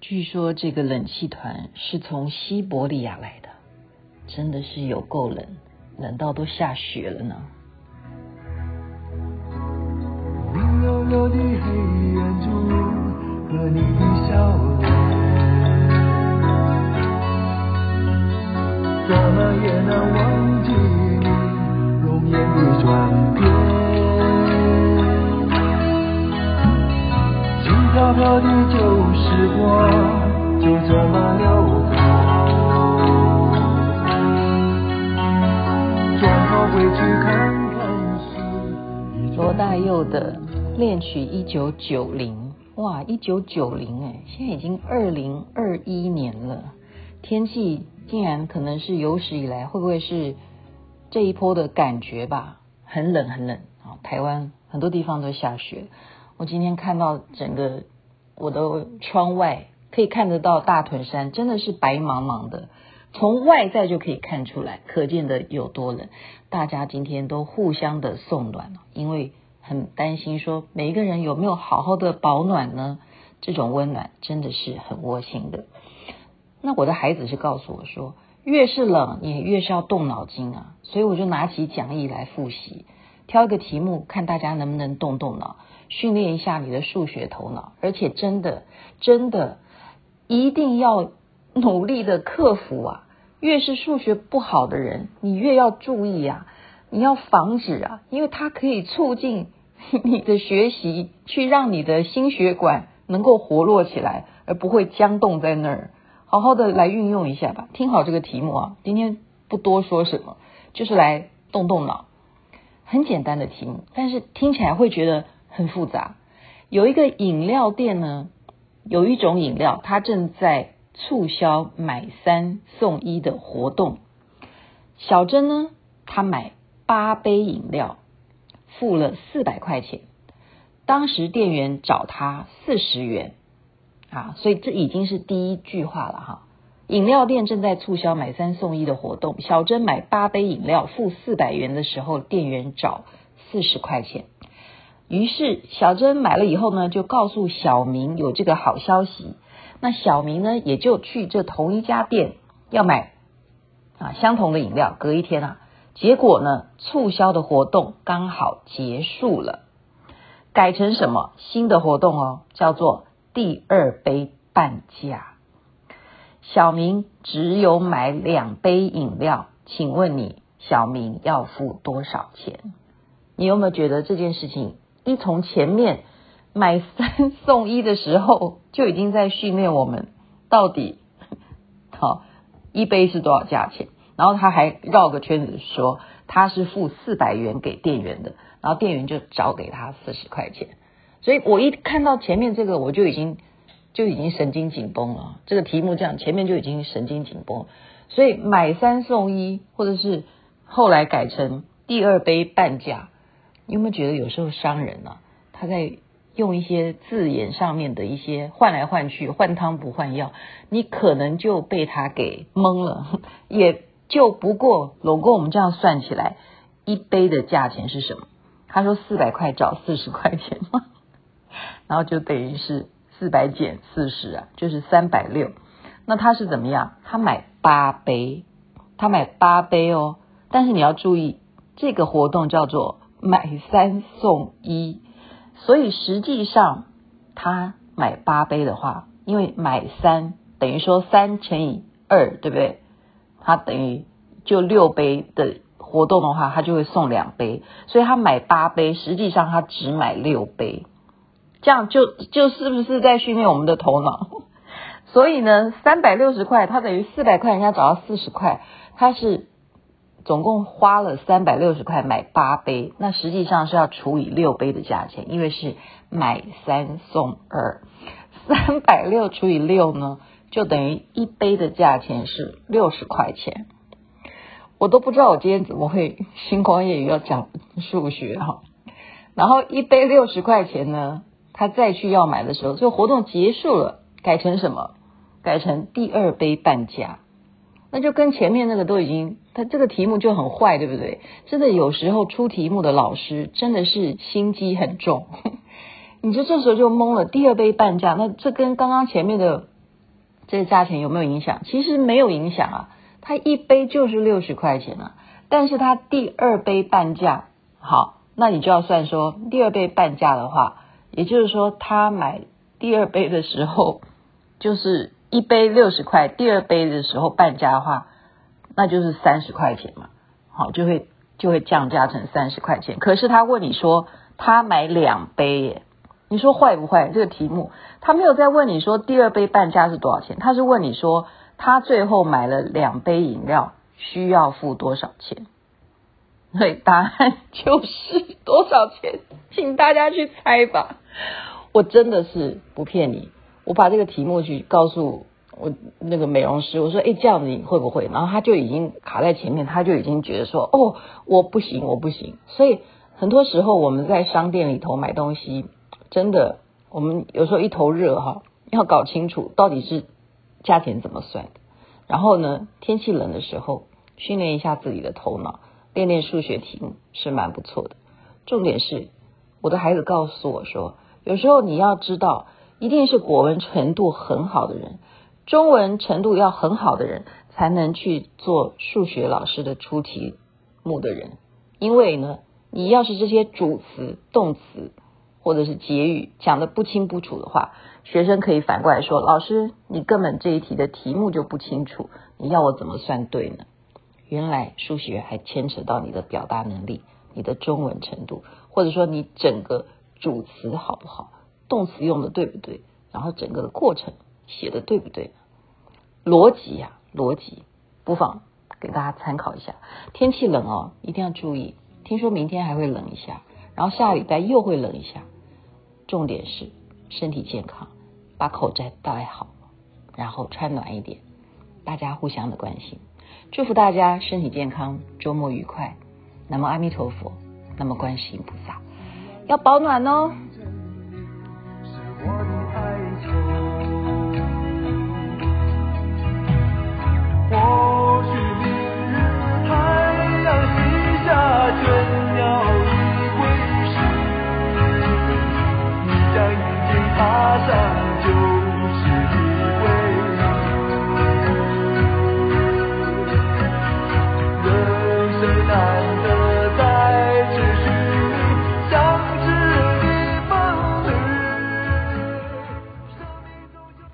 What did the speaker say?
据说这个冷气团是从西伯利亚来的，真的是有够冷，冷到都下雪了呢。 明悠悠的黑眼珠和你的笑脸，怎么也难忘记你容颜的转变，轻飘飘的旧时光就这么流走，转头回去看看是罗大佑的恋曲1990，哇，1990哎，现在已经2021年了，天气竟然可能是有史以来，会不会是这一波的感觉吧？很冷很冷啊！台湾很多地方都下雪，我今天看到整个我的窗外可以看得到大屯山，真的是白茫茫的，从外在就可以看出来，可见的有多冷。大家今天都互相的送暖，因为很担心说每一个人有没有好好的保暖呢？这种温暖真的是很窝心的。那我的孩子是告诉我说，越是冷你越是要动脑筋啊，所以我就拿起讲义来复习，挑一个题目看大家能不能动动脑，训练一下你的数学头脑，而且真的一定要努力的克服啊，越是数学不好的人你越要注意啊，你要防止啊，因为它可以促进你的学习，去让你的心血管能够活络起来，而不会僵冻在那儿。好好的来运用一下吧，听好这个题目啊，今天不多说什么，就是来动动脑。很简单的题目，但是听起来会觉得很复杂。有一个饮料店呢，有一种饮料它正在促销买3送1的活动。小珍呢，她买8杯饮料付了400块钱，当时店员找她40元啊，所以这已经是第一句话了哈。饮料店正在促销买3送1的活动，小珍买8杯饮料付400元的时候，店员找40块钱。于是小珍买了以后呢，就告诉小明有这个好消息。那小明呢，也就去这同一家店要买相同的饮料，隔一天结果呢，促销的活动刚好结束了，改成什么新的活动叫做第2杯半价。小明只有买2杯饮料，请问你小明要付多少钱？你有没有觉得这件事情一从前面买3送1的时候就已经在训练我们到底好一杯是多少价钱？然后他还绕个圈子说他是付400元给店员的，然后店员就找给他40块钱。所以我一看到前面这个我就已经神经紧绷了，这个题目这样前面就已经神经紧绷。所以买3送1或者是后来改成第2杯半价，你有没有觉得有时候商人他在用一些字眼上面的一些换来换去，换汤不换药，你可能就被他给蒙了。也就不过如果我们这样算起来，一杯的价钱是什么？他说400块找40块钱然后就等于是400减40就是360。那他是怎么样？他买8杯，但是你要注意，这个活动叫做买3送1，所以实际上他买8杯的话，因为买3等于说3乘以2，对不对？他等于就6杯的活动的话，他就会送2杯，所以他买8杯，实际上他只买6杯。这样就是不是在训练我们的头脑？所以呢，360块，他等于400块，人家找到40块，他是总共花了360块买8杯，那实际上是要除以6杯的价钱，因为是买3送2，360除以6呢，就等于1杯的价钱是60块钱。我都不知道我今天怎么会星光夜语要讲数学然后1杯60块钱呢，他再去要买的时候，这个活动结束了，改成什么？改成第2杯半价。那就跟前面那个都已经，他这个题目就很坏，对不对？真的有时候出题目的老师真的是心机很重你就这时候就懵了，第2杯半价，那这跟刚刚前面的这个价钱有没有影响？其实没有影响啊，它一杯就是60块钱啊，但是它第2杯半价，好，那你就要算说第2杯半价的话，也就是说他买第2杯的时候就是一杯60块，第2杯的时候半价的话，那就是30块钱嘛，好，就会降价成30块钱。可是他问你说他买2杯耶，你说坏不坏？这个题目他没有在问你说第2杯半价是多少钱，他是问你说他最后买了2杯饮料需要付多少钱。所以答案就是多少钱，请大家去猜吧。我真的是不骗你，我把这个题目去告诉我那个美容师，我说这样子你会不会？然后他就已经卡在前面，他就已经觉得说我不行。所以很多时候我们在商店里头买东西，真的我们有时候一头热要搞清楚到底是价钱怎么算的。然后呢，天气冷的时候训练一下自己的头脑，练练数学题目是蛮不错的。重点是我的孩子告诉我说，有时候你要知道，一定是国文程度很好的人，中文程度要很好的人才能去做数学老师的出题目的人。因为呢，你要是这些主词、动词或者是结语讲得不清不楚的话，学生可以反过来说，老师你根本这一题的题目就不清楚，你要我怎么算对呢？原来数学还牵扯到你的表达能力，你的中文程度，或者说你整个主词好不好，动词用的对不对，然后整个的过程写的对不对，逻辑不妨给大家参考一下。天气冷一定要注意，听说明天还会冷一下，然后下礼拜又会冷一下。重点是身体健康，把口罩戴好，然后穿暖一点，大家互相的关心。祝福大家身体健康，周末愉快。南无阿弥陀佛，南无观世音菩萨，要保暖哦。